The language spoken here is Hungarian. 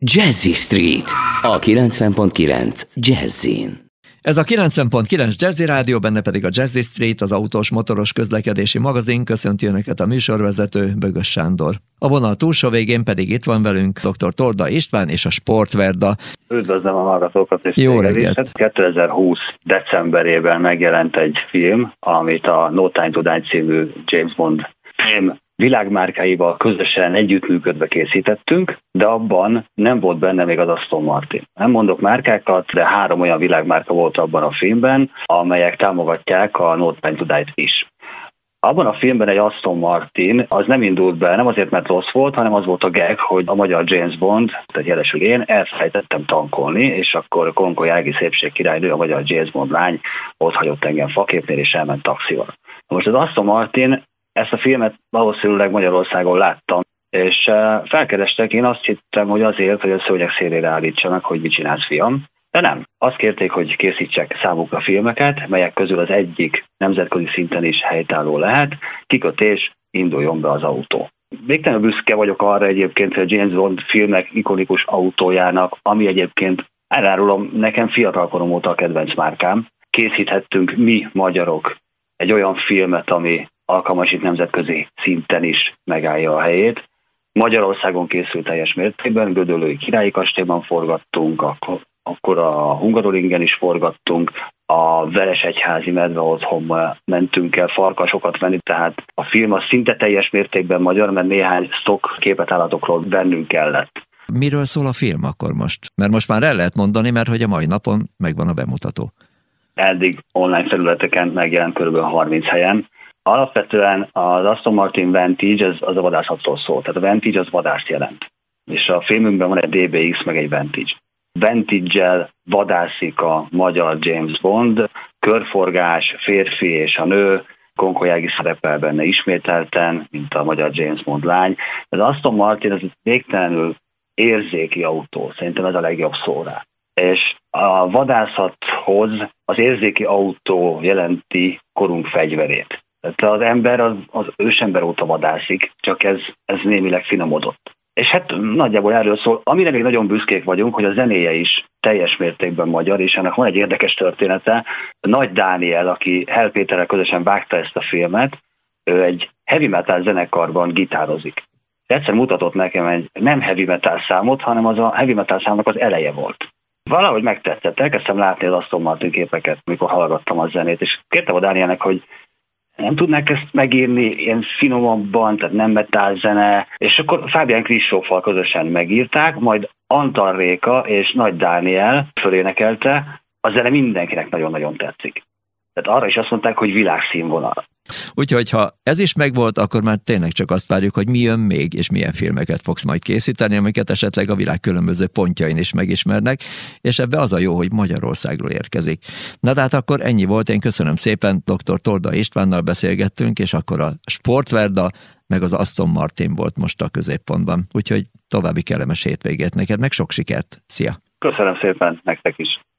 Jazzy Street, a 90.9 Jazzin. Ez a 90.9 Jazzy Rádió, benne pedig a Jazzy Street, az autós motoros közlekedési magazin. Köszönti Önöket a műsorvezető, Bögös Sándor. A vonal túlsó végén pedig itt van velünk dr. Torda István és a Sportverda. Üdvözlöm a hallgatókat és jó reggelt! 2020 decemberében megjelent egy film, amit a No Time to Die című James Bond film világmárkáival közösen együttműködve készítettünk, de abban nem volt benne még az Aston Martin. Nem mondok márkákat, de 3 olyan világmárka volt abban a filmben, amelyek támogatják a No Time to Die-t is. Abban a filmben egy Aston Martin, az nem indult be, nem azért, mert rossz volt, hanem az volt a gag, hogy a magyar James Bond, tehát jelesül én, elfelejtettem tankolni, és akkor Konkoly Ági szépségkirálynő, a magyar James Bond lány ott hagyott engem faképnél, és elment taxival. Most az Aston Martin, ezt a filmet valószínűleg Magyarországon láttam, és felkerestek, én azt hittem, hogy azért, hogy a szőnyeg szélére állítsanak, hogy mit csinálsz, fiam. De nem. Azt kérték, hogy készítsek számukra filmeket, melyek közül az egyik nemzetközi szinten is helytálló lehet, kikötés, induljon be az autó. Végtelenül büszke vagyok arra egyébként, hogy a James Bond filmek ikonikus autójának, ami egyébként, elárulom, nekem fiatalkorom óta a kedvenc márkám, készíthettünk mi magyarok egy olyan filmet, ami alkalmas itt nemzetközi szinten is megállja a helyét. Magyarországon készült teljes mértékben, Gödöllői Királyi Kastélyban forgattunk, akkor a Hungaroringen is forgattunk, a Veresegyházi Medve otthonba mentünk el farkasokat venni, tehát a film az szinte teljes mértékben magyar, mert néhány sztok képetállatokról vennünk kellett. Miről szól a film akkor most? Mert most már el lehet mondani, mert hogy a mai napon megvan a bemutató. Eddig online felületeken megjelent kb. 30 helyen. Alapvetően az Aston Martin Vantage az a vadászatról szól, tehát a Vantage az vadászt jelent. És a filmünkben van egy DBX meg egy Vantage. Vantage-gel vadászik a magyar James Bond, körforgás, férfi és a nő, Konkoly Ági szerepel benne ismételten, mint a magyar James Bond lány. Az Aston Martin az végtelenül érzéki autó, szerintem ez a legjobb szó rá. És a vadászathoz az érzéki autó jelenti korunk fegyverét. Tehát az ember az ősember óta vadászik, csak ez némileg finomodott. És hát nagyjából erről szól. Amire még nagyon büszkék vagyunk, hogy a zenéje is teljes mértékben magyar, és ennek van egy érdekes története. Nagy Dániel, aki Hell Péterrel közösen vágta ezt a filmet, ő egy heavy metal zenekarban gitározik. Egyszer mutatott nekem egy nem heavy metal számot, hanem az a heavy metal számnak az eleje volt. Valahogy megtetszett, elkezdtem látni az Aston Martin képeket, mikor hallgattam a zenét, és kértem a Dánielnek, hogy nem tudnák ezt megírni ilyen finomabban, tehát nem metal zene, és akkor Fábián Kristóffal közösen megírták, majd Antal Réka és Nagy Dániel fölénekelte, a zene mindenkinek nagyon-nagyon tetszik. Tehát arra is azt mondták, hogy világszínvonal. Úgyhogy ha ez is megvolt, akkor már tényleg csak azt várjuk, hogy mi jön még, és milyen filmeket fogsz majd készíteni, amiket esetleg a világ különböző pontjain is megismernek, és ebbe az a jó, hogy Magyarországról érkezik. Na de hát akkor ennyi volt, én köszönöm szépen, dr. Torda Istvánnal beszélgettünk, és akkor a Sportverda meg az Aston Martin volt most a középpontban. Úgyhogy további kellemes hétvégét neked, meg sok sikert. Szia! Köszönöm szépen, nektek is!